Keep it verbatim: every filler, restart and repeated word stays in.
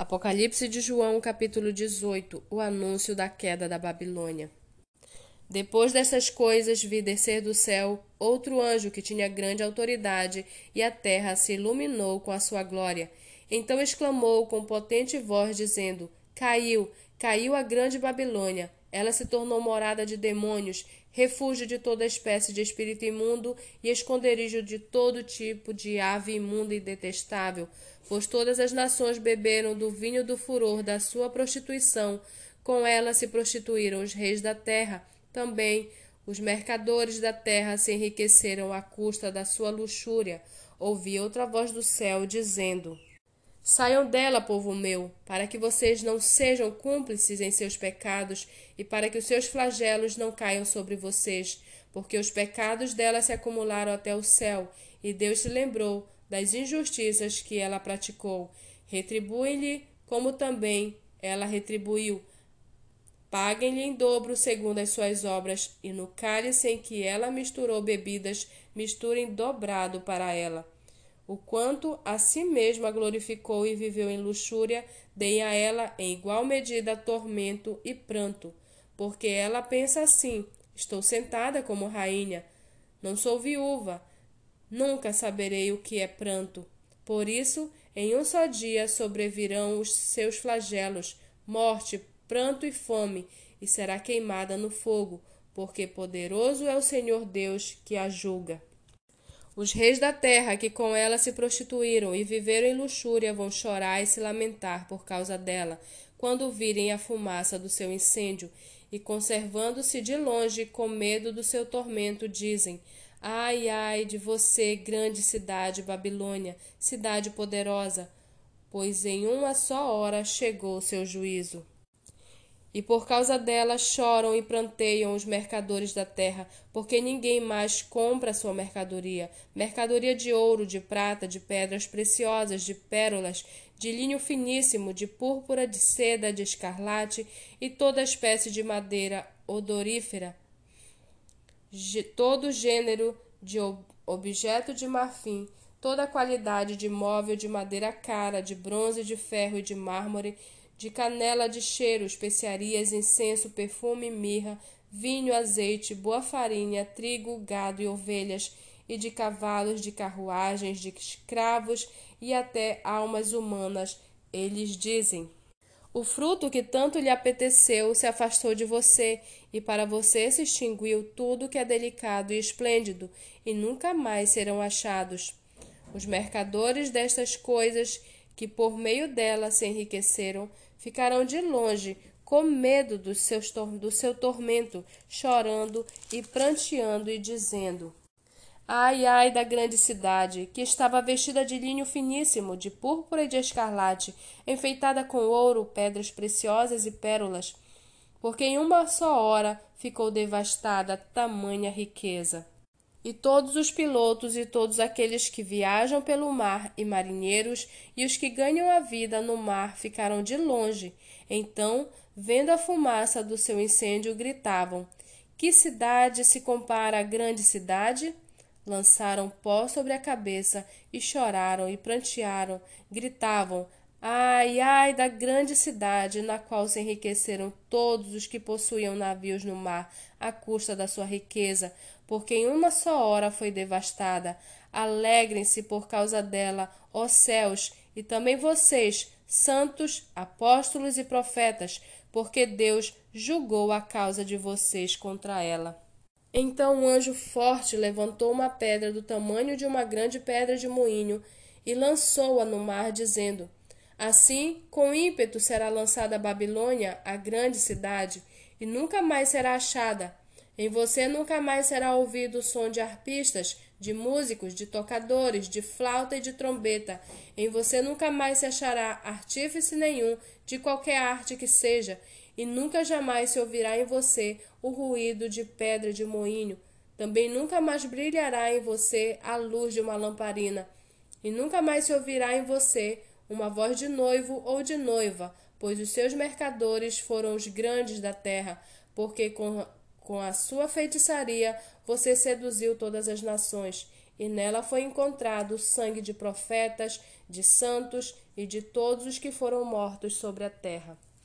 Apocalipse de João, capítulo dezoito, o anúncio da queda da Babilônia. Depois dessas coisas, vi descer do céu outro anjo que tinha grande autoridade, e a terra se iluminou com a sua glória. Então exclamou com potente voz, dizendo: Caiu, caiu a grande Babilônia. Ela se tornou morada de demônios, refúgio de toda espécie de espírito imundo e esconderijo de todo tipo de ave imunda e detestável, pois todas as nações beberam do vinho do furor da sua prostituição. Com ela se prostituíram os reis da terra. Também os mercadores da terra se enriqueceram à custa da sua luxúria. Ouvi outra voz do céu dizendo: Saiam dela, povo meu, para que vocês não sejam cúmplices em seus pecados e para que os seus flagelos não caiam sobre vocês, porque os pecados dela se acumularam até o céu, e Deus se lembrou das injustiças que ela praticou. Retribuem-lhe como também ela retribuiu. Paguem-lhe em dobro segundo as suas obras, e no cálice em que ela misturou bebidas, misturem dobrado para ela. O quanto a si mesma glorificou e viveu em luxúria, deem a ela em igual medida tormento e pranto, porque ela pensa assim: estou sentada como rainha, não sou viúva, nunca saberei o que é pranto. Por isso, em um só dia sobrevirão os seus flagelos, morte, pranto e fome, e será queimada no fogo, porque poderoso é o Senhor Deus que a julga. Os reis da terra que com ela se prostituíram e viveram em luxúria vão chorar e se lamentar por causa dela, quando virem a fumaça do seu incêndio, e conservando-se de longe com medo do seu tormento, dizem: Ai, ai de você, grande cidade Babilônia, cidade poderosa, pois em uma só hora chegou o seu juízo. E por causa dela choram e pranteiam os mercadores da terra, porque ninguém mais compra sua mercadoria, mercadoria de ouro, de prata, de pedras preciosas, de pérolas, de linho finíssimo, de púrpura, de seda, de escarlate e toda espécie de madeira odorífera, todo gênero de objeto de marfim, toda qualidade de móvel de madeira cara, de bronze, de ferro e de mármore, de canela de cheiro, especiarias, incenso, perfume, mirra, vinho, azeite, boa farinha, trigo, gado e ovelhas, e de cavalos, de carruagens, de escravos e até almas humanas. Eles dizem: o fruto que tanto lhe apeteceu se afastou de você, e para você se extinguiu tudo que é delicado e esplêndido, e nunca mais serão achados. Os mercadores destas coisas, que por meio dela se enriqueceram, ficarão de longe, com medo do, seus, do seu tormento, chorando e pranteando e dizendo: Ai, ai da grande cidade, que estava vestida de linho finíssimo, de púrpura e de escarlate, enfeitada com ouro, pedras preciosas e pérolas, porque em uma só hora ficou devastada tamanha riqueza. E todos os pilotos e todos aqueles que viajam pelo mar e marinheiros e os que ganham a vida no mar ficaram de longe. Então, vendo a fumaça do seu incêndio, gritavam: Que cidade se compara à grande cidade? Lançaram pó sobre a cabeça e choraram e prantearam, gritavam: Ai, ai da grande cidade, na qual se enriqueceram todos os que possuíam navios no mar, à custa da sua riqueza, porque em uma só hora foi devastada. Alegrem-se por causa dela, ó céus, e também vocês, santos, apóstolos e profetas, porque Deus julgou a causa de vocês contra ela. Então um anjo forte levantou uma pedra do tamanho de uma grande pedra de moinho e lançou-a no mar, dizendo: Assim, com ímpeto será lançada a Babilônia, a grande cidade, e nunca mais será achada. Em você nunca mais será ouvido o som de arpistas, de músicos, de tocadores, de flauta e de trombeta. Em você nunca mais se achará artífice nenhum, de qualquer arte que seja, e nunca jamais se ouvirá em você o ruído de pedra de moinho. Também nunca mais brilhará em você a luz de uma lamparina, e nunca mais se ouvirá em você uma voz de noivo ou de noiva, pois os seus mercadores foram os grandes da terra, porque com, com a sua feitiçaria você seduziu todas as nações. e nela foi encontrado o sangue de profetas, de santos e de todos os que foram mortos sobre a terra.